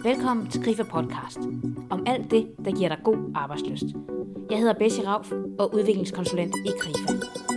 Velkommen til Krifa Podcast. Om alt det, der giver dig god arbejdslyst. Jeg hedder Bessie Rauf og udviklingskonsulent i Krifa.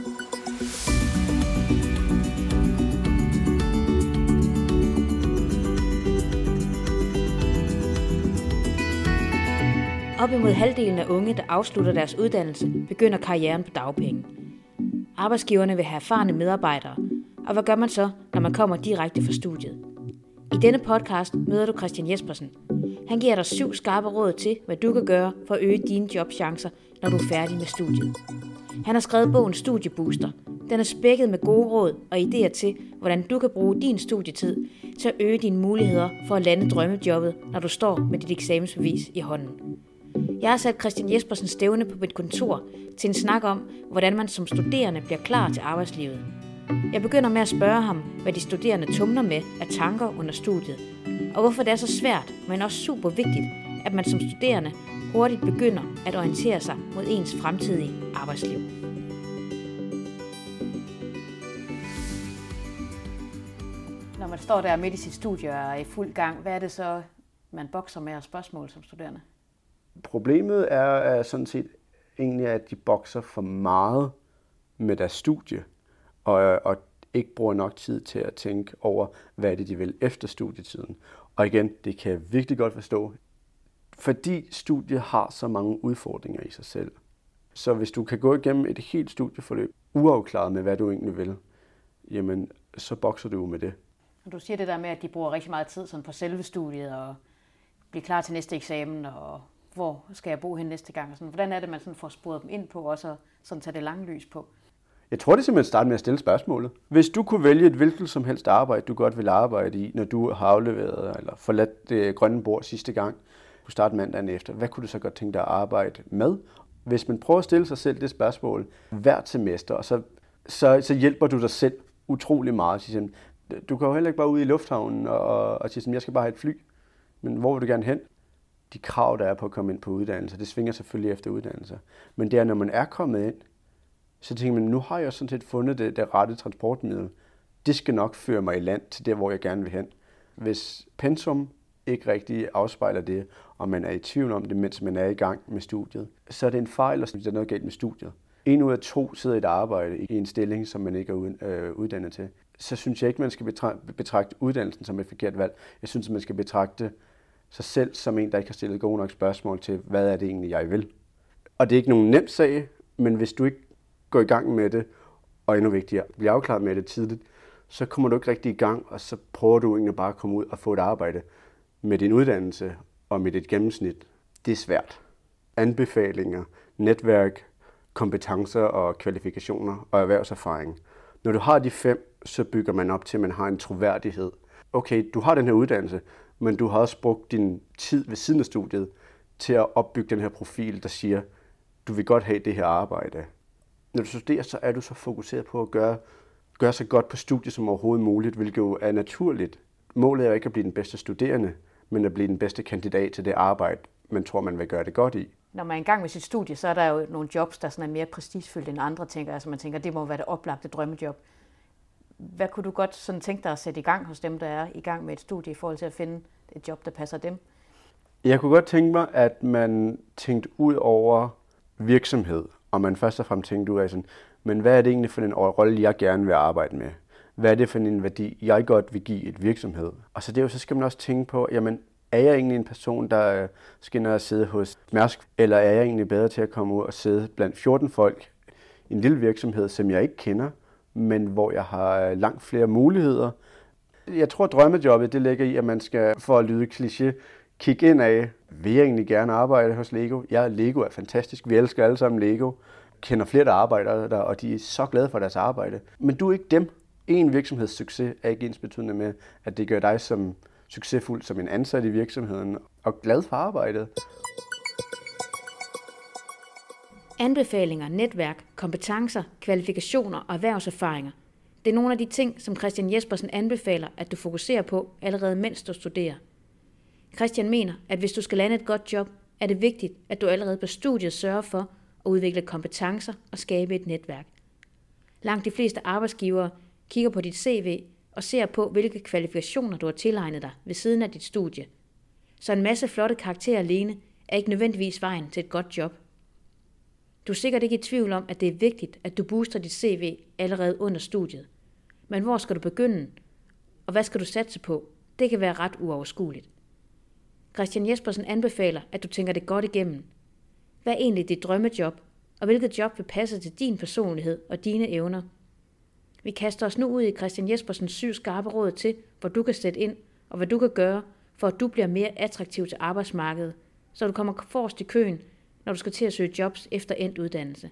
Op imod halvdelen af unge, der afslutter deres uddannelse, begynder karrieren på dagpenge. Arbejdsgiverne vil have erfarne medarbejdere, og hvad gør man så, når man kommer direkte fra studiet? I denne podcast møder du Christian Jespersen. Han giver dig 7 skarpe råd til, hvad du kan gøre for at øge dine jobchancer, når du er færdig med studiet. Han har skrevet bogen Studiebooster. Den er spækket med gode råd og idéer til, hvordan du kan bruge din studietid til at øge dine muligheder for at lande drømmejobbet, når du står med dit eksamensbevis i hånden. Jeg har sat Christian Jespersen stævne på mit kontor til en snak om, hvordan man som studerende bliver klar til arbejdslivet. Jeg begynder med at spørge ham, hvad de studerende tumler med af tanker under studiet, og hvorfor det er så svært, men også super vigtigt, at man som studerende hurtigt begynder at orientere sig mod ens fremtidige arbejdsliv. Når man står der midt i sit studie og er i fuld gang, hvad er det så, man bokser med af spørgsmål som studerende? Problemet er sådan set egentlig, at de bokser for meget med deres studie, og ikke bruger nok tid til at tænke over, hvad det de vil efter studietiden. Og igen, det kan jeg virkelig godt forstå, fordi studiet har så mange udfordringer i sig selv. Så hvis du kan gå igennem et helt studieforløb, uafklaret med, hvad du egentlig vil, jamen, så bokser du med det. Og du siger det der med, at de bruger rigtig meget tid sådan på selve studiet, og bliver klar til næste eksamen, og hvor skal jeg bo hen næste gang? Og sådan. Hvordan er det, man sådan får sporet dem ind på, og så sådan tage det lange lys på? Jeg tror, det simpelthen starter med at stille spørgsmålet. Hvis du kunne vælge et hvilket som helst arbejde, du godt vil arbejde i, når du har afleveret eller forladt det grønne bord sidste gang, du starter mandagen efter, hvad kunne du så godt tænke dig at arbejde med? Hvis man prøver at stille sig selv det spørgsmål hvert semester, og så hjælper du dig selv utrolig meget. Du kan jo heller ikke bare ud i lufthavnen og sige, jeg skal bare have et fly. Men hvor vil du gerne hen? De krav, der er på at komme ind på uddannelse, det svinger selvfølgelig efter uddannelse. Men det er, når man er kommet ind, så tænker man, nu har jeg sådan set fundet det rette transportmiddel. Det skal nok føre mig i land til der, hvor jeg gerne vil hen. Hvis pensum ikke rigtig afspejler det, og man er i tvivl om det, mens man er i gang med studiet, så er det en fejl, og der er noget galt med studiet. 1 ud af 2 sidder i et arbejde i en stilling, som man ikke er uddannet til. Så synes jeg ikke, man skal betragte uddannelsen som et forkert valg. Jeg synes, man skal betragte sig selv som en, der ikke har stillet gode nok spørgsmål til, hvad er det egentlig, jeg vil. Og det er ikke nogen nem sag, men hvis du ikke går i gang med det, og endnu vigtigere, bliver afklaret med det tidligt, så kommer du ikke rigtig i gang, og så prøver du egentlig bare at komme ud og få et arbejde med din uddannelse og med dit gennemsnit. Det er svært. Anbefalinger, netværk, kompetencer og kvalifikationer og erhvervserfaring. Når du har de 5, så bygger man op til, at man har en troværdighed. Okay, du har den her uddannelse, men du har også brugt din tid ved siden af studiet til at opbygge den her profil, der siger, du vil godt have det her arbejde. Når du studerer, så er du så fokuseret på at gøre så godt på studiet som overhovedet muligt, hvilket jo er naturligt. Målet er jo ikke at blive den bedste studerende, men at blive den bedste kandidat til det arbejde, man tror, man vil gøre det godt i. Når man er i gang med sit studie, så er der jo nogle jobs, der sådan er mere prestigefyldte end andre, tænker jeg. Så man tænker, det må være det oplagte drømmejob. Hvad kunne du godt sådan tænke dig at sætte i gang hos dem, der er i gang med et studie, i forhold til at finde et job, der passer dem? Jeg kunne godt tænke mig, at man tænkte ud over virksomhed, og man først og fremmest tænkte ud af sådan, men hvad er det egentlig for en rolle, jeg gerne vil arbejde med? Hvad er det for en værdi, jeg godt vil give et virksomhed? Og så skal man også tænke på, jamen, er jeg egentlig en person, der skal ind og sidde hos Mærsk, eller er jeg egentlig bedre til at komme ud og sidde blandt 14 folk i en lille virksomhed, som jeg ikke kender, men hvor jeg har langt flere muligheder? Jeg tror, at drømmejobbet det ligger i, at man skal, for at lyde kliché, kigge ind af, vil jeg egentlig gerne arbejde hos Lego? Ja, Lego er fantastisk. Vi elsker alle sammen Lego. Kender flere, der arbejder der, og de er så glade for deres arbejde. Men du er ikke dem. En virksomheds succes er ikke ensbetydende med, at det gør dig som succesfuld som en ansat i virksomheden og glad for arbejdet. Anbefalinger, netværk, kompetencer, kvalifikationer og erhvervserfaringer. Det er nogle af de ting, som Christian Jespersen anbefaler, at du fokuserer på allerede mens du studerer. Christian mener, at hvis du skal lande et godt job, er det vigtigt, at du allerede på studiet sørger for at udvikle kompetencer og skabe et netværk. Langt de fleste arbejdsgivere kigger på dit CV og ser på, hvilke kvalifikationer du har tilegnet dig ved siden af dit studie. Så en masse flotte karakterer alene er ikke nødvendigvis vejen til et godt job. Du er sikkert ikke i tvivl om, at det er vigtigt, at du booster dit CV allerede under studiet. Men hvor skal du begynde? Og hvad skal du satse på? Det kan være ret uoverskueligt. Christian Jespersen anbefaler, at du tænker det godt igennem. Hvad er egentlig dit drømmejob, og hvilket job vil passe til din personlighed og dine evner? Vi kaster os nu ud i Christian Jespersens 7 skarpe råd til, hvor du kan sætte ind, og hvad du kan gøre, for at du bliver mere attraktiv til arbejdsmarkedet, så du kommer forrest i køen, når du skal til at søge jobs efter endt uddannelse.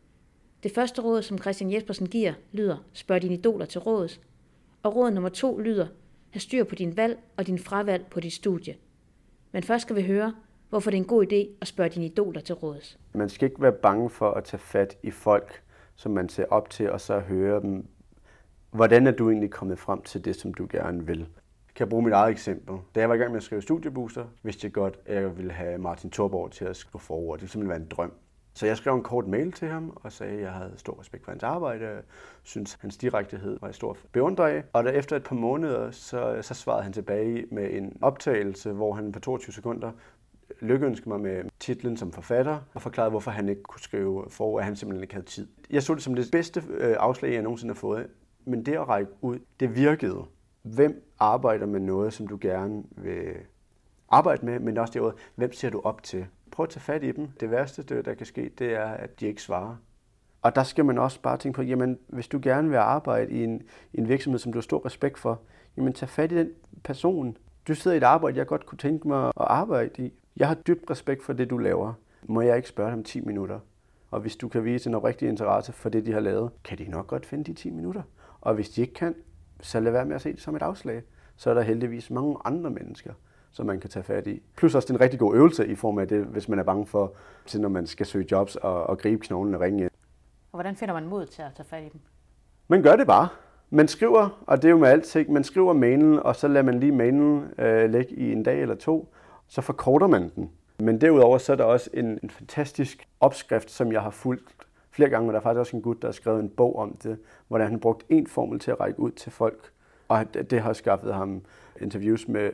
Det første råd, som Christian Jespersen giver, lyder: spørg dine idoler til råds. Og råd nummer 2 lyder: have styr på din valg og din fravalg på dit studie. Men først skal vi høre, hvorfor det er en god idé at spørge dine idoler til råds. Man skal ikke være bange for at tage fat i folk, som man ser op til, og så høre dem. Hvordan er du egentlig kommet frem til det, som du gerne vil? Kan jeg bruge mit eget eksempel? Da jeg var i gang med at skrive Studiebooster, vidste jeg godt, at jeg ville have Martin Thorborg til at skrive forord. Det ville simpelthen være en drøm. Så jeg skrev en kort mail til ham og sagde, at jeg havde stor respekt for hans arbejde, og synes hans direktehed var en stor beundrer af. Og da efter et par måneder, så svarede han tilbage med en optagelse, hvor han på 22 sekunder lykkeønskede mig med titlen som forfatter, og forklarede, hvorfor han ikke kunne skrive forord, at han simpelthen ikke havde tid. Jeg så det som det bedste afslag, jeg nogensinde har fået, men det at række ud, det virkede. Hvem arbejder med noget, som du gerne vil arbejde med, men også derude, hvem ser du op til? Prøv at tage fat i dem. Det værste, der kan ske, det er, at de ikke svarer. Og der skal man også bare tænke på, jamen, hvis du gerne vil arbejde i en virksomhed, som du har stor respekt for, jamen, tag fat i den person. Du sidder i et arbejde, jeg godt kunne tænke mig at arbejde i. Jeg har dybt respekt for det, du laver. Må jeg ikke spørge dem 10 minutter? Og hvis du kan vise en oprigtig interesse for det, de har lavet, kan de nok godt finde de 10 minutter. Og hvis de ikke kan, så lad være med at se det som et afslag. Så er der heldigvis mange andre mennesker, som man kan tage fat i. Plus også det er en rigtig god øvelse i form af det, hvis man er bange for, til når man skal søge jobs og gribe knoglen og ringe ind. Og hvordan finder man mod til at tage fat i dem? Man gør det bare. Man skriver, og det er jo med alting, man skriver mailen, og så lader man lige mailen ligge i en dag eller 2, så forkorter man den. Men derudover så er der også en fantastisk opskrift, som jeg har fulgt flere gange, og der er faktisk også en gut, der har skrevet en bog om det, hvordan han brugte en formel til at række ud til folk. Og det har skaffet ham interviews med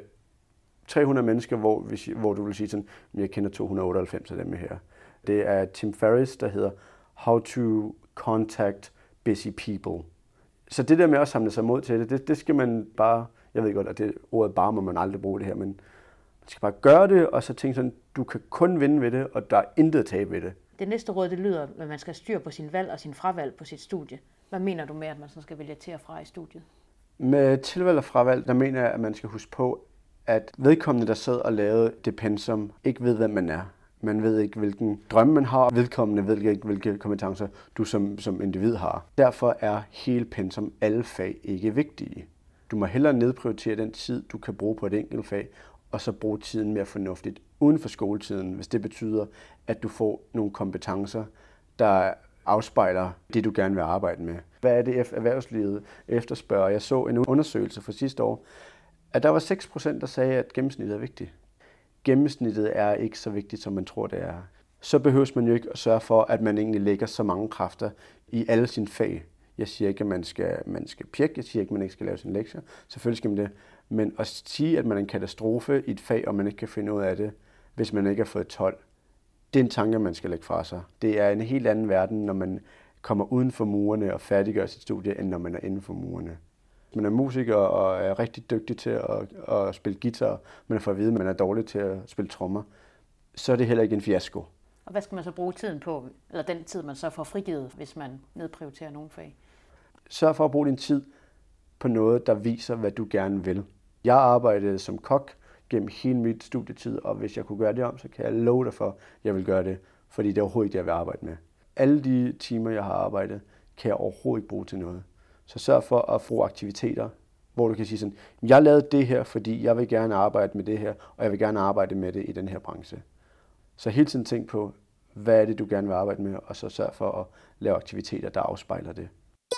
300 mennesker, hvor du vil sige sådan, jeg kender 298 af dem her. Det er Tim Ferriss, der hedder How to Contact Busy People. Så det der med at samle sig mod til det skal man bare, jeg ved godt, at det ordet bare må man aldrig bruge det her, men man skal bare gøre det, og så tænke sådan, du kan kun vinde ved det, og der er intet tab ved det. Det næste råd, det lyder, at man skal styre på sin valg og sin fravalg på sit studie. Hvad mener du med, at man så skal vælge til og fra i studiet? Med tilvalg og fravalg, der mener jeg, at man skal huske på, at vedkommende, der sad og lavede det pensum, ikke ved, hvem man er. Man ved ikke, hvilken drømme man har, og vedkommende ved ikke, hvilke kompetencer du som individ har. Derfor er hele pensum, alle fag, ikke vigtige. Du må hellere nedprioritere den tid, du kan bruge på et enkelt fag, og så bruge tiden mere fornuftigt uden for skoletiden, hvis det betyder, at du får nogle kompetencer, der afspejler det, du gerne vil arbejde med. Hvad er det, erhvervslivet efterspørger? Jeg så en undersøgelse fra sidste år, at der var 6%, der sagde, at gennemsnittet er vigtigt. Gennemsnittet er ikke så vigtigt, som man tror, det er. Så behøver man jo ikke at sørge for, at man egentlig lægger så mange kræfter i alle sine fag. Jeg siger ikke, at man skal pjekke. Jeg siger ikke, at man ikke skal lave sine lektier. Selvfølgelig skal man det. Men at sige, at man er en katastrofe i et fag, og man ikke kan finde ud af det, hvis man ikke har fået 12, det er en tanke, man skal lægge fra sig. Det er en helt anden verden, når man kommer uden for murene og færdiggør sit studie, end når man er inden for murene. Hvis man er musiker og er rigtig dygtig til at spille guitar, men får at vide, at man er dårlig til at spille trommer, så er det heller ikke en fiasko. Og hvad skal man så bruge tiden på, eller den tid, man så får frigivet, hvis man nedprioriterer nogle fag? Sørg for at bruge din tid på noget, der viser, hvad du gerne vil. Jeg arbejdede som kok gennem hele mit studietid, og hvis jeg kunne gøre det om, så kan jeg love dig for, at jeg vil gøre det, fordi det er overhovedet ikke det, jeg vil arbejde med. Alle de timer, jeg har arbejdet, kan jeg overhovedet ikke bruge til noget. Så sørg for at få aktiviteter, hvor du kan sige sådan, jeg lavede det her, fordi jeg vil gerne arbejde med det her, og jeg vil gerne arbejde med det i den her branche. Så hele tiden tænk på, hvad er det, du gerne vil arbejde med, og så sørg for at lave aktiviteter, der afspejler det.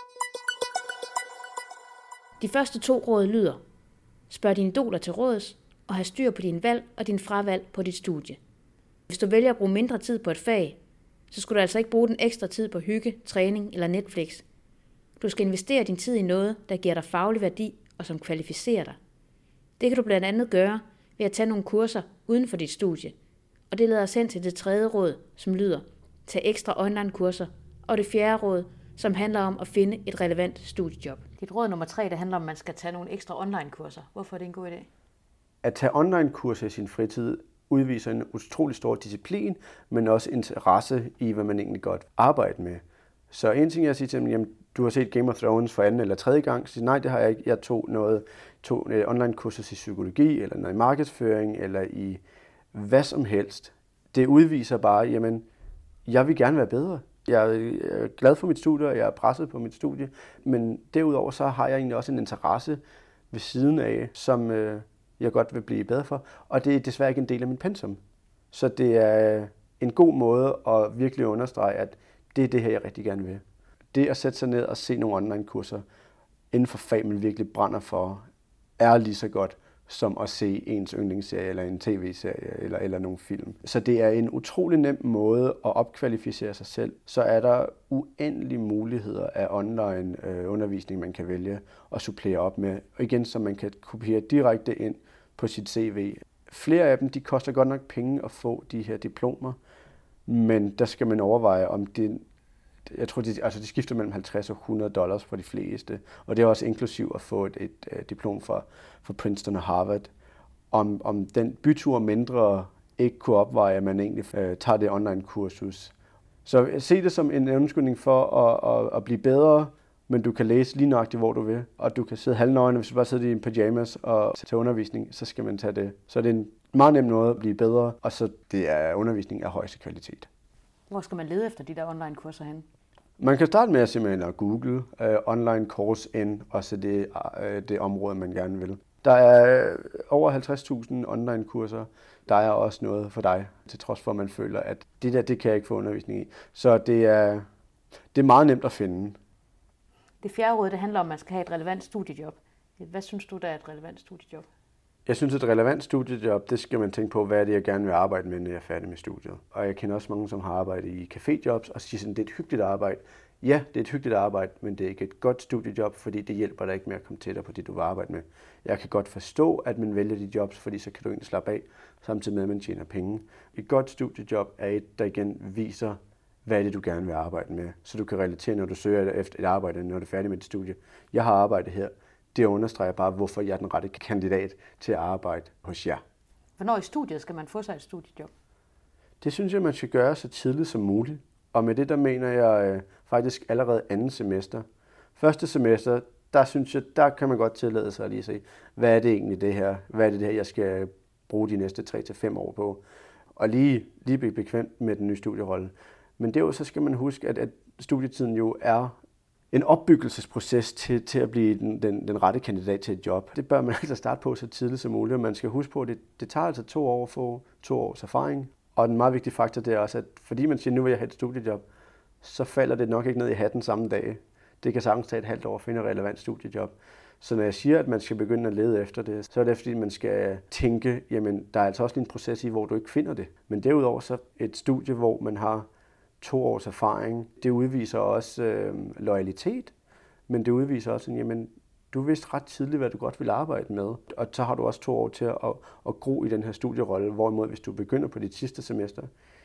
De første 2 råd lyder: spørg dine idoler til råds, og have styr på din valg og din fravalg på dit studie. Hvis du vælger at bruge mindre tid på et fag, så skal du altså ikke bruge den ekstra tid på hygge, træning eller Netflix. Du skal investere din tid i noget, der giver dig faglig værdi og som kvalificerer dig. Det kan du blandt andet gøre ved at tage nogle kurser uden for dit studie. Og det leder os hen til det tredje råd, som lyder: tag ekstra online-kurser. Og det fjerde råd, som handler om at finde et relevant studiejob. Dit råd nummer 3, det handler om, at man skal tage nogle ekstra online-kurser. Hvorfor er det en god idé? At tage online-kurser i sin fritid udviser en utrolig stor disciplin, men også interesse i, hvad man egentlig godt arbejder med. Så en ting, jeg siger til dem, jamen, du har set Game of Thrones for anden eller tredje gang, så nej, det har jeg ikke. Jeg tog online-kurser i psykologi, eller noget i markedsføring, eller i hvad som helst. Det udviser bare, jamen, jeg vil gerne være bedre. Jeg er glad for mit studie, og jeg er presset på mit studie, men derudover så har jeg egentlig også en interesse ved siden af, som jeg godt vil blive bedre for, og det er desværre ikke en del af min pensum. Så det er en god måde at virkelig understrege, at det er det her, jeg rigtig gerne vil. Det at sætte sig ned og se nogle online-kurser inden for fag, man virkelig brænder for, er lige så godt som at se ens yndlingsserie eller en tv-serie eller nogle film. Så det er en utrolig nem måde at opkvalificere sig selv. Så er der uendelige muligheder af online undervisning, man kan vælge og supplere op med. Og igen, så man kan kopiere direkte ind på sit CV. Flere af dem, de koster godt nok penge at få de her diplomer, men der skal man overveje, om det. Jeg tror, de skifter mellem $50 og $100 for de fleste. Og det er også inklusiv at få et diplom fra Princeton og Harvard. Om den bytur mindre ikke kunne opveje, at man egentlig tager det online-kursus. Så se det som en undskyldning for at blive bedre, men du kan læse lige nøjagtigt, hvor du vil. Og du kan sidde halvnøgen, hvis du bare sidder i en pyjamas og til undervisning, så skal man tage det. Så det er en meget nem måde at blive bedre, og så det er undervisning af højeste kvalitet. Hvor skal man lede efter de der online-kurser hen? Man kan starte med at simpelthen at google online course ind, og så det område, man gerne vil. Der er over 50.000 online-kurser. Der er også noget for dig, til trods for, at man føler, at det kan jeg ikke få undervisning i. Så det er meget nemt at finde. Det fjerde råd, det handler om, at man skal have et relevant studiejob. Hvad synes du, der er et relevant studiejob? Jeg synes, at et relevant studiejob, det skal man tænke på, hvad er det, jeg gerne vil arbejde med, når jeg er færdig med studiet. Og jeg kender også mange, som har arbejdet i caféjobs, og siger sådan, det er et hyggeligt arbejde. Ja, det er et hyggeligt arbejde, men det er ikke et godt studiejob, fordi det hjælper dig ikke med at komme tættere på det, du vil arbejde med. Jeg kan godt forstå, at man vælger de jobs, fordi så kan du egentlig slappe af, samtidig med, at man tjener penge. Et godt studiejob er et, der igen viser, hvad er det, du gerne vil arbejde med, så du kan relatere, når du søger efter et arbejde, når du er færdig med dit studie. Jeg har arbejdet her. Det understreger bare, hvorfor jeg er den rette kandidat til at arbejde hos jer. Hvornår i studiet skal man få sig et studiejob? Det synes jeg, man skal gøre så tidligt som muligt. Og med det, der mener jeg faktisk allerede andet semester. Første semester, der synes jeg, der kan man godt tillade sig at lige se, hvad er det egentlig det her? Hvad er det her, jeg skal bruge de næste 3-5 år på? Og lige blive bekvemt med den nye studierolle. Men derudover så skal man huske, at studietiden jo er en opbyggelsesproces til at blive den rette kandidat til et job. Det bør man altså starte på så tidligt som muligt, og man skal huske på, at det tager altså 2 år at få 2 års erfaring. Og den meget vigtige faktor, det er også, at fordi man siger, nu vil jeg have et studiejob, så falder det nok ikke ned i hatten samme dag. Det kan sagtens tage et halvt år at finde et relevant studiejob. Så når jeg siger, at man skal begynde at lede efter det, så er det fordi, man skal tænke, jamen der er altså også en proces i, hvor du ikke finder det. Men derudover så et studie, hvor man har 2 års erfaring, det udviser også loyalitet, men det udviser også, jamen du vidste ret tidligt, hvad du godt ville arbejde med, og så har du også 2 år til at gro i den her studierolle, hvorimod hvis du begynder på dit sidste semester,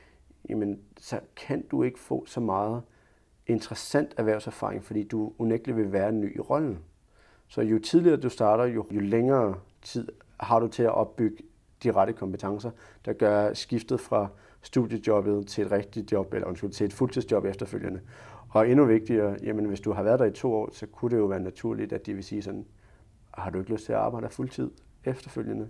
jamen så kan du ikke få så meget interessant erhvervserfaring, fordi du unægteligt vil være ny i rollen. Så jo tidligere du starter, jo længere tid har du til at opbygge de rette kompetencer, der gør skiftet fra studiejobbet til et rigtigt job, eller til et fuldtidsjob efterfølgende. Og endnu vigtigere, jamen hvis du har været der i 2 år, så kunne det jo være naturligt, at de vil sige sådan, har du ikke lyst til at arbejde fuldtid efterfølgende?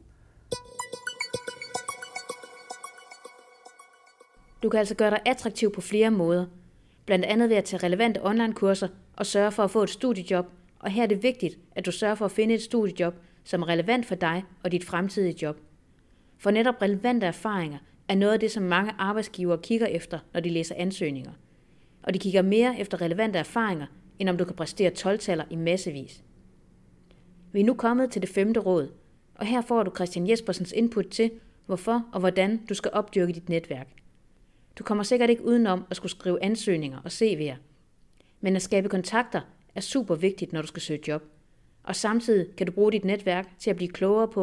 Du kan altså gøre dig attraktiv på flere måder, blandt andet ved at tage relevante online-kurser og sørge for at få et studiejob, og her er det vigtigt, at du sørger for at finde et studiejob, som er relevant for dig og dit fremtidige job. For netop relevante erfaringer er noget af det, som mange arbejdsgivere kigger efter, når de læser ansøgninger. Og de kigger mere efter relevante erfaringer, end om du kan præstere 12-taller i massevis. Vi er nu kommet til det 5. råd, og her får du Christian Jespersens input til, hvorfor og hvordan du skal opdyrke dit netværk. Du kommer sikkert ikke udenom at skulle skrive ansøgninger og CV'er, men at skabe kontakter er super vigtigt, når du skal søge job. Og samtidig kan du bruge dit netværk til at blive klogere på,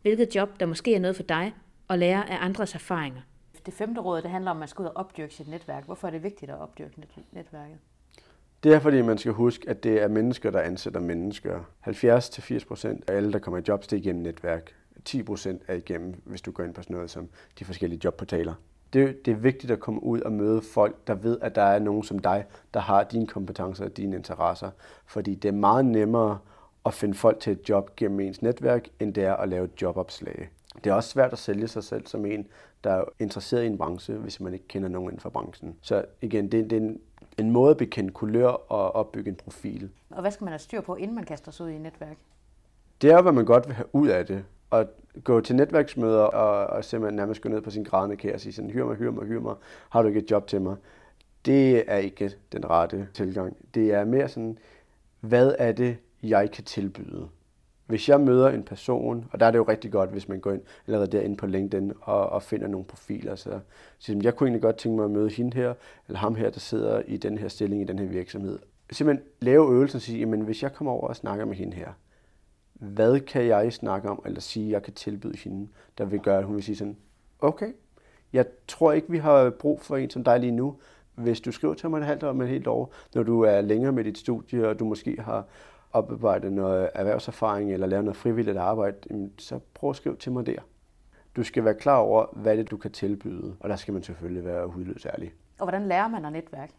hvilket job, der måske er noget for dig, og lære af andres erfaringer. Det 5. råd, det handler om, at man skal ud og opdyrke sit netværk. Hvorfor er det vigtigt at opdyrke netværket? Det er, fordi man skal huske, at det er mennesker, der ansætter mennesker. 70-80% af alle, der kommer i jobs, det er igennem netværk. 10% er igennem, hvis du går ind på sådan noget som de forskellige jobportaler. Det er vigtigt at komme ud og møde folk, der ved, at der er nogen som dig, der har dine kompetencer og dine interesser. Fordi det er meget nemmere at finde folk til et job gennem ens netværk, end det er at lave et jobopslag. Det er også svært at sælge sig selv som en, der er interesseret i en branche, hvis man ikke kender nogen inden for branchen. Så igen, det er en måde at bekende kulør og opbygge en profil. Og hvad skal man have styr på, inden man kaster sig ud i et netværk? Det er, hvad man godt vil have ud af det. At gå til netværksmøder og simpelthen nærmest gå ned på sin grædende kære og sige sådan, hyr mig, har du ikke et job til mig? Det er ikke den rette tilgang. Det er mere sådan, hvad er det, jeg kan tilbyde? Hvis jeg møder en person, og der er det jo rigtig godt, hvis man går ind allerede derinde på LinkedIn og finder nogle profiler, så jeg kunne egentlig godt tænke mig at møde hende her, eller ham her, der sidder i den her stilling i den her virksomhed. Simpelthen lave øvelsen og sige, jamen hvis jeg kommer over og snakker med hende her, hvad kan jeg snakke om, eller sige, jeg kan tilbyde hende, der vil gøre, at hun vil sige sådan, okay, jeg tror ikke, vi har brug for en som dig lige nu. Hvis du skriver til mig et halvt år med et helt år, når du er længere med dit studie, og du måske har oparbejdet noget erhvervserfaring, eller lavet noget frivilligt arbejde, så prøv at skrive til mig der. Du skal være klar over, hvad det du kan tilbyde, og der skal man selvfølgelig være hudløs ærlig. Og hvordan lærer man at netværke?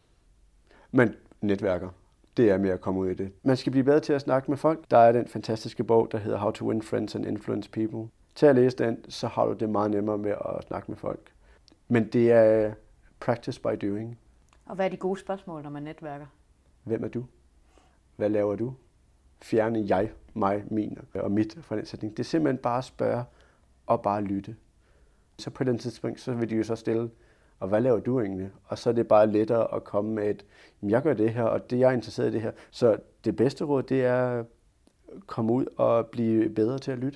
Man netværker. Det er med at komme ud i det. Man skal blive bedre til at snakke med folk. Der er den fantastiske bog, der hedder How to Win Friends and Influence People. Til at læse den, så har du det meget nemmere med at snakke med folk. Men det er practice by doing. Og hvad er de gode spørgsmål, når man netværker? Hvem er du? Hvad laver du? Fjerne jeg, mig, min og mit fra den sætning. Det er simpelthen bare at spørge og bare lytte. Så på den tidspunkt, så vil de jo så stille, og hvad laver du egentlig? Og så er det bare lettere at komme med et, jeg gør det her, og det jeg er interesseret i det her. Så det bedste råd, det er at komme ud og blive bedre til at lytte.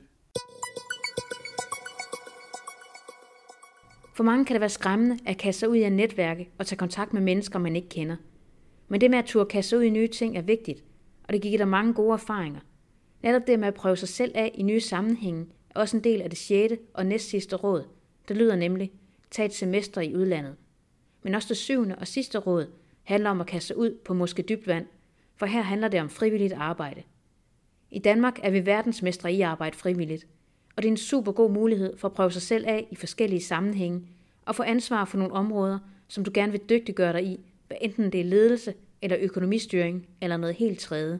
For mange kan det være skræmmende at kaste sig ud i et netværke og tage kontakt med mennesker, man ikke kender. Men det med at turde kaste sig ud i nye ting er vigtigt, og det giver dig mange gode erfaringer. Netop det med at prøve sig selv af i nye sammenhænge er også en del af det 6. og næstsidste råd. Det lyder nemlig, tag et semester i udlandet. Men også det 7. og sidste råd handler om at kaste sig ud på måske dybt vand, for her handler det om frivilligt arbejde. I Danmark er vi verdensmestre i at arbejde frivilligt, og det er en super god mulighed for at prøve sig selv af i forskellige sammenhænge og få ansvar for nogle områder, som du gerne vil dygtiggøre dig i, hvad enten det er ledelse eller økonomistyring eller noget helt tredje.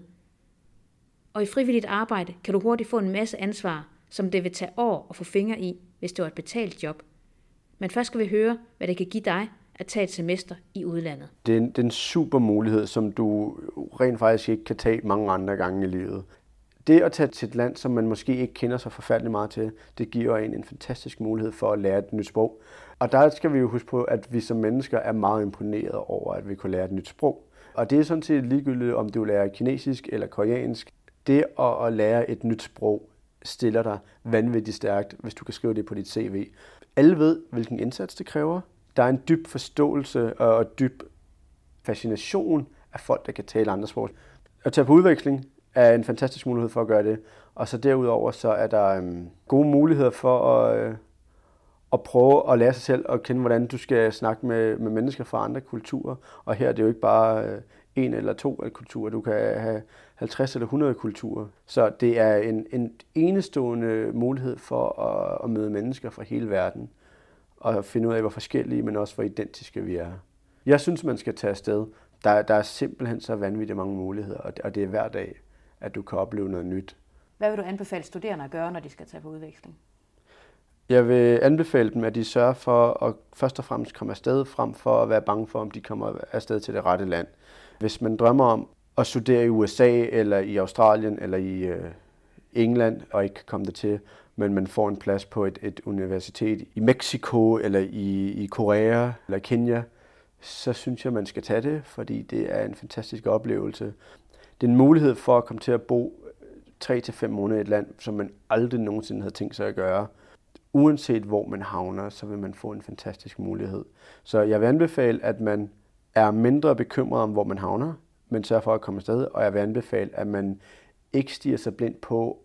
Og i frivilligt arbejde kan du hurtigt få en masse ansvar, som det vil tage år at få fingre i, hvis det var et betalt job. Men først skal vi høre, hvad det kan give dig at tage et semester i udlandet. Det er en super mulighed, som du rent faktisk ikke kan tage mange andre gange i livet. Det at tage til et land, som man måske ikke kender så forfærdeligt meget til, det giver en fantastisk mulighed for at lære et nyt sprog. Og der skal vi jo huske på, at vi som mennesker er meget imponeret over, at vi kunne lære et nyt sprog. Og det er sådan set ligegyldigt, om du lærer kinesisk eller koreansk. Det at lære et nyt sprog stiller dig vanvittigt stærkt, hvis du kan skrive det på dit CV. Alle ved, hvilken indsats det kræver. Der er en dyb forståelse og dyb fascination af folk, der kan tale andre sprog. At tage på udveksling er en fantastisk mulighed for at gøre det. Og så derudover så er der gode muligheder for at prøve at lære sig selv at kende, hvordan du skal snakke med mennesker fra andre kulturer. Og her er det jo ikke bare en eller to kulturer. Du kan have 50 eller 100 kulturer. Så det er en enestående mulighed for at møde mennesker fra hele verden. Og finde ud af, hvor forskellige, men også hvor identiske vi er. Jeg synes, man skal tage afsted. Der er simpelthen så vanvittigt mange muligheder, og det er hver dag, at du kan opleve noget nyt. Hvad vil du anbefale studerende at gøre, når de skal tage på udveksling? Jeg vil anbefale dem, at de sørger for at først og fremmest komme afsted, frem for at være bange for, om de kommer afsted til det rette land. Hvis man drømmer om at studere i USA, eller i Australien, eller i England, og ikke kan komme dertil, men man får en plads på et universitet i Mexico, eller i Korea, eller Kenya, så synes jeg, man skal tage det, fordi det er en fantastisk oplevelse. Det er en mulighed for at komme til at bo 3 til 5 måneder i et land, som man aldrig nogensinde havde tænkt sig at gøre. Uanset hvor man havner, så vil man få en fantastisk mulighed. Så jeg vil anbefale, at man er mindre bekymret om, hvor man havner, men sørger for at komme afsted. Og jeg vil anbefale, at man ikke stiger sig blind på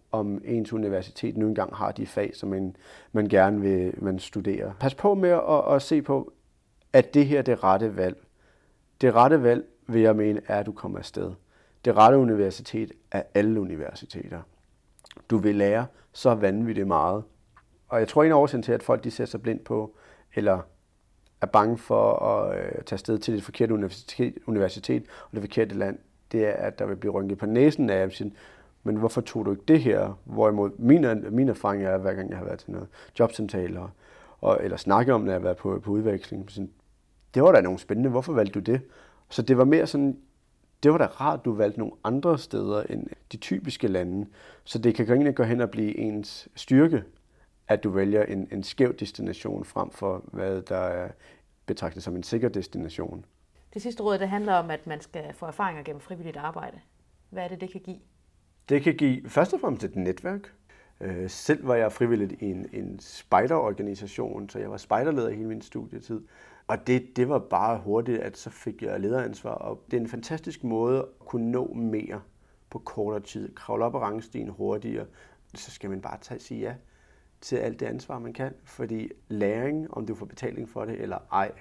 om ens universitet nu engang har de fag, som man gerne vil studere. Pas på med at se på, at det her er det rette valg. Det rette valg, vil jeg mene, er, at du kommer afsted. Det rette universitet er alle universiteter. Du vil lære så vanvittigt meget. Og jeg tror, en af årsagen til, at folk de ser sig blind på, eller er bange for at tage afsted til det forkerte universitet og det forkerte land, det er, at der vil blive rynket på næsen af dem. Men hvorfor tog du ikke det her? Hvorimod min erfaring er, hver gang jeg har været til noget jobsamtaler, eller snakket om, når jeg har været på udveksling, det var da nogle spændende. Hvorfor valgte du det? Så det var mere sådan, det var da rart, du valgte nogle andre steder end de typiske lande. Så det kan egentlig gå hen og blive ens styrke, at du vælger en skæv destination frem for, hvad der er betragtet som en sikker destination. Det sidste råd, det handler om, at man skal få erfaringer gennem frivilligt arbejde. Hvad er det kan give? Det kan give først og fremmest et netværk. Selv var jeg frivilligt i en spejderorganisation, så jeg var spejderleder hele min studietid. Og det var bare hurtigt, at så fik jeg lederansvar. Og det er en fantastisk måde at kunne nå mere på kortere tid. Kravle op ad rangstigen hurtigere. Så skal man bare sige ja til alt det ansvar, man kan. Fordi læring, om du får betaling for det eller ej,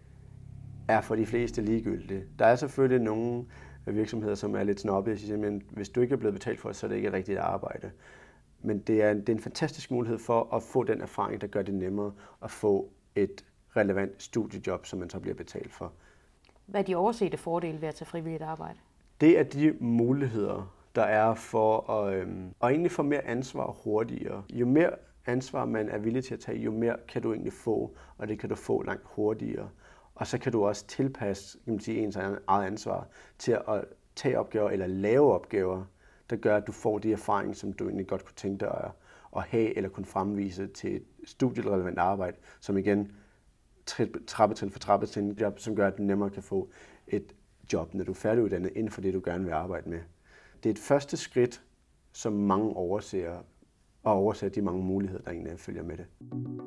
er for de fleste ligegyldigt. Der er selvfølgelig nogle virksomheder, som er lidt snobbede og siger, men hvis du ikke er blevet betalt for det, så er det ikke et rigtigt arbejde. Men det er en fantastisk mulighed for at få den erfaring, der gør det nemmere at få et relevant studiejob, som man så bliver betalt for. Hvad er de oversete fordele ved at tage frivilligt arbejde? Det er de muligheder, der er for at egentlig få mere ansvar hurtigere. Jo mere ansvar man er villig til at tage, jo mere kan du egentlig få, og det kan du få langt hurtigere. Og så kan du også tilpasse ens eget ansvar til at tage opgaver eller lave opgaver, der gør, at du får de erfaringer, som du egentlig godt kunne tænke dig at have eller kunne fremvise til et studierelevant arbejde, som igen trappetrin for trappetrin job, som gør, at du nemmere kan få et job, når du er færdiguddannet inden for det, du gerne vil arbejde med. Det er et første skridt, som mange overser, og overser de mange muligheder, der egentlig følger med det.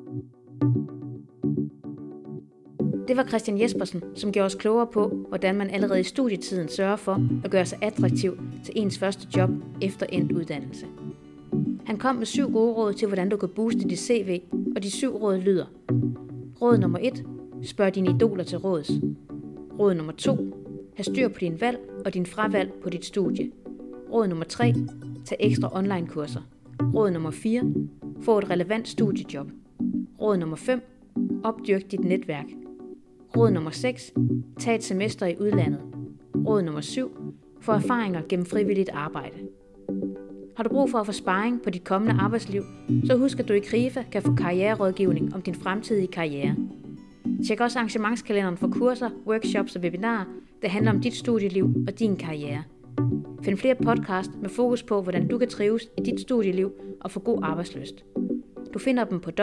Det var Christian Jespersen, som gjorde os klogere på, hvordan man allerede i studietiden sørger for at gøre sig attraktiv til ens første job efter endt uddannelse. Han kom med 7 gode råd til, hvordan du kan booste dit CV, og de 7 råd lyder. Råd nummer 1. Spørg dine idoler til råds. Råd nummer 2. Ha' styr på din valg og din fravalg på dit studie. Råd nummer 3. Tag ekstra online-kurser. Råd nummer 4. Få et relevant studiejob. Råd nummer 5. Opdyrk dit netværk. Råd nummer 6. Tag et semester i udlandet. Råd nummer 7. Få erfaringer gennem frivilligt arbejde. Har du brug for at få sparring på dit kommende arbejdsliv, så husk, at du i Krifa kan få karriererådgivning om din fremtidige karriere. Tjek også arrangementskalenderen for kurser, workshops og webinarer, der handler om dit studieliv og din karriere. Find flere podcast med fokus på, hvordan du kan trives i dit studieliv og få god arbejdslyst. Du finder dem på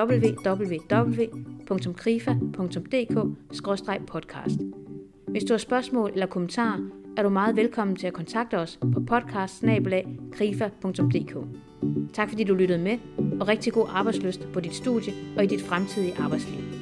www.krifa.dk/podcast. Hvis du har spørgsmål eller kommentarer, er du meget velkommen til at kontakte os på podcast@krifa.dk. Tak fordi du lyttede med, og rigtig god arbejdslyst på dit studie og i dit fremtidige arbejdsliv.